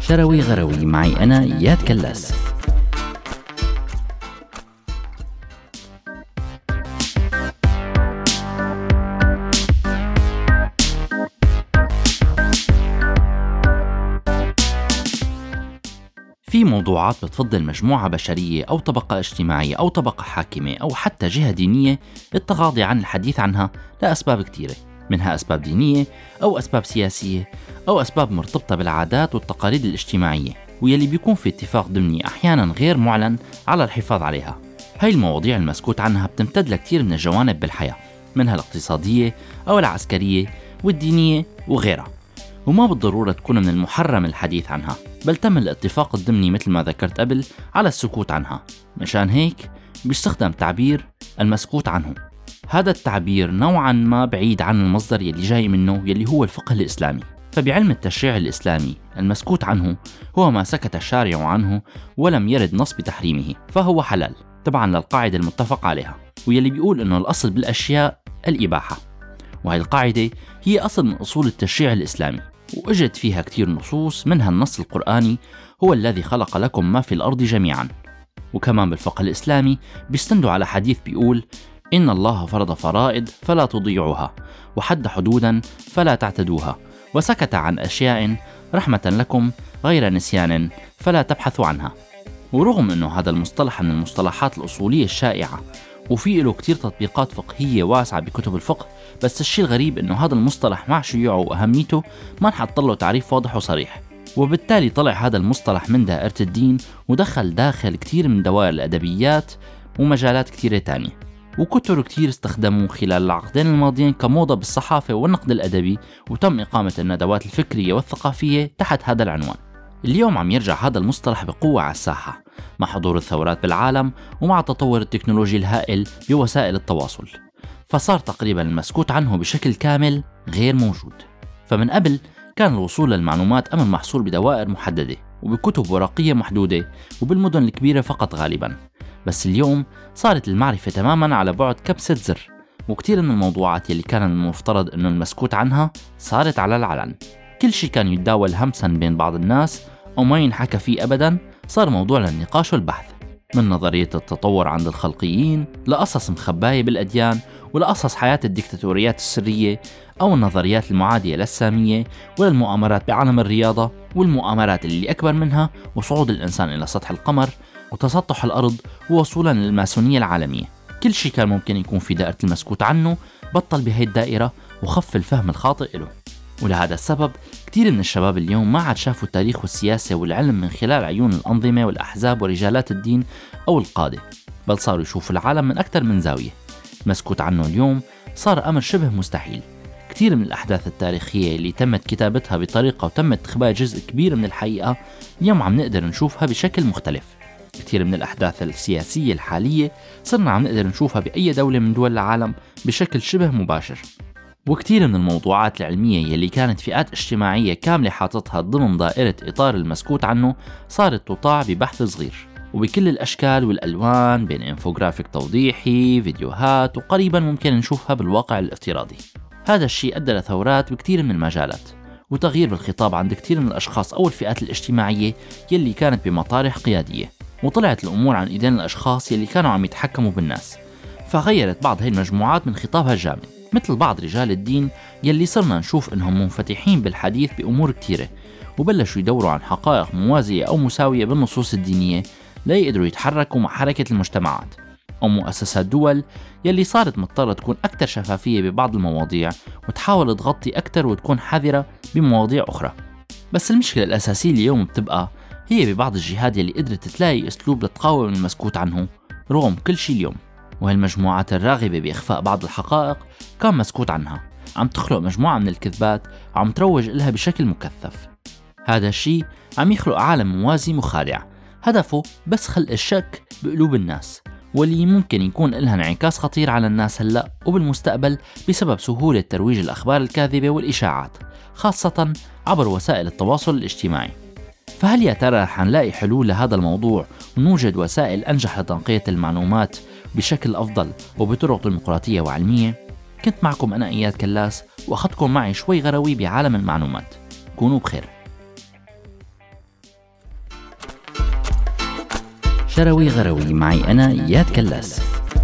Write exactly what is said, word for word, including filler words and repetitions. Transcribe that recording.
شروي غروي معي أنا إياد كلاس. في موضوعات بتفضل مجموعة بشرية أو طبقة اجتماعية أو طبقة حاكمة أو حتى جهة دينية التغاضي عن الحديث عنها لأسباب كتيرة، منها أسباب دينية أو أسباب سياسية أو أسباب مرتبطة بالعادات والتقاليد الاجتماعية، ويلي بيكون في اتفاق ضمني أحيانا غير معلن على الحفاظ عليها. هاي المواضيع المسكوت عنها بتمتد لكتير من الجوانب بالحياة، منها الاقتصادية أو العسكرية والدينية وغيرها، وما بالضرورة تكون من المحرم الحديث عنها، بل تم الاتفاق الضمني مثل ما ذكرت قبل على السكوت عنها. مشان هيك بيستخدم تعبير المسكوت عنه. هذا التعبير نوعا ما بعيد عن المصدر يلي جاي منه يلي هو الفقه الإسلامي. فبعلم التشريع الإسلامي المسكوت عنه هو ما سكت الشارع عنه ولم يرد نص بتحريمه فهو حلال، طبعا للقاعدة المتفق عليها، ويلي بيقول إنه الأصل بالأشياء الإباحة، وهي القاعدة هي أصل من أصول التشريع الإسلامي، وأجد فيها كتير نصوص، منها النص القرآني هو الذي خلق لكم ما في الأرض جميعا. وكمان بالفقه الإسلامي بيستندوا على حديث بيقول إن الله فرض فرائض فلا تضيعوها وحد حدودا فلا تعتدوها وسكت عن أشياء رحمة لكم غير نسيان فلا تبحثوا عنها. ورغم أنه هذا المصطلح من المصطلحات الأصولية الشائعة وفي له كتير تطبيقات فقهية واسعة بكتب الفقه، بس الشيء الغريب أنه هذا المصطلح مع شيوعه وأهميته ما نحط له تعريف واضح وصريح، وبالتالي طلع هذا المصطلح من دائرة الدين ودخل داخل كتير من دوائر الأدبيات ومجالات كتيرة تانية، وكتر كتير استخدموه خلال العقدين الماضيين كموضة بالصحافة والنقد الأدبي، وتم إقامة الندوات الفكرية والثقافية تحت هذا العنوان. اليوم عم يرجع هذا المصطلح بقوة على الساحة مع حضور الثورات بالعالم ومع تطور التكنولوجي الهائل بوسائل التواصل، فصار تقريبا المسكوت عنه بشكل كامل غير موجود. فمن قبل كان الوصول للمعلومات أمر محصور بدوائر محددة وبكتب ورقية محدودة وبالمدن الكبيرة فقط غالبا، بس اليوم صارت المعرفة تماما على بعد كبسة زر، وكتير من الموضوعات يلي كان المفترض أنه المسكوت عنها صارت على العلن. كل شيء كان يتداول همسا بين بعض الناس أو ما ينحكى فيه أبدا صار موضوع للنقاش والبحث، من نظرية التطور عند الخلقيين لقصص مخباية بالأديان ولقصص حياة الديكتاتوريات السرية أو النظريات المعادية للسامية وللمؤامرات بعالم الرياضة والمؤامرات اللي أكبر منها وصعود الإنسان إلى سطح القمر وتسطح الأرض ووصولا للماسونية العالمية. كل شيء كان ممكن يكون في دائرة المسكوت عنه بطل بهي الدائرة وخف الفهم الخاطئ له. ولهذا السبب كتير من الشباب اليوم ما عاد شافوا التاريخ والسياسة والعلم من خلال عيون الأنظمة والأحزاب ورجالات الدين أو القادة، بل صاروا يشوفوا العالم من أكثر من زاوية. مسكوت عنه اليوم صار أمر شبه مستحيل. كتير من الأحداث التاريخية اللي تمت كتابتها بطريقة وتمت إخباء جزء كبير من الحقيقة اليوم عم نقدر نشوفها بشكل مختلف. كتير من الأحداث السياسية الحالية صرنا عم نقدر نشوفها بأي دولة من دول العالم بشكل شبه مباشر. وكتير من الموضوعات العلمية يلي كانت فئات اجتماعية كاملة حاطتها ضمن دائرة إطار المسكوت عنه صارت تطاع ببحث صغير وبكل الأشكال والألوان، بين إنفوغرافيك توضيحي، فيديوهات، وقريبا ممكن نشوفها بالواقع الافتراضي. هذا الشيء أدى لثورات بكتير من المجالات وتغيير بالخطاب عند كتير من الأشخاص أو الفئات الاجتماعية يلي كانت بمطارح قيادية، وطلعت الأمور عن إيدين الأشخاص يلي كانوا عم يتحكموا بالناس، فغيرت بعض هاي المجموعات من خطابها الجامد، مثل بعض رجال الدين يلي صرنا نشوف إنهم منفتحين بالحديث بأمور كتيرة وبلشوا يدوروا عن حقائق موازية أو مساوية بالنصوص الدينية لا يقدروا يتحركوا مع حركة المجتمعات أو مؤسسات دول يلي صارت مضطرة تكون أكثر شفافية ببعض المواضيع وتحاول تغطي أكثر وتكون حذرة بمواضيع أخرى. بس المشكلة الأساسية اليوم بتبقى هي ببعض الجهات يلي قدرت تلاقي أسلوب لتقاوم المسكوت عنه رغم كل شيء اليوم، وهالمجموعات الراغبة بإخفاء بعض الحقائق كان مسكوت عنها عم تخلق مجموعة من الكذبات وعم تروج لها بشكل مكثف. هذا الشيء عم يخلق عالم موازي مخادع هدفه بس خلق الشك بقلوب الناس، واللي ممكن يكون لها انعكاس خطير على الناس هلأ وبالمستقبل بسبب سهولة ترويج الأخبار الكاذبة والإشاعات خاصة عبر وسائل التواصل الاجتماعي. فهل يا ترى حنلاقي حلول لهذا الموضوع ونوجد وسائل أنجح لتنقية المعلومات بشكل أفضل وبطرق ديمقراطية وعلمية؟ كنت معكم أنا إياد كلاس وأخذكم معي شوي غروي بعالم المعلومات. كونوا بخير. شروي غروي معي أنا إياد كلاس.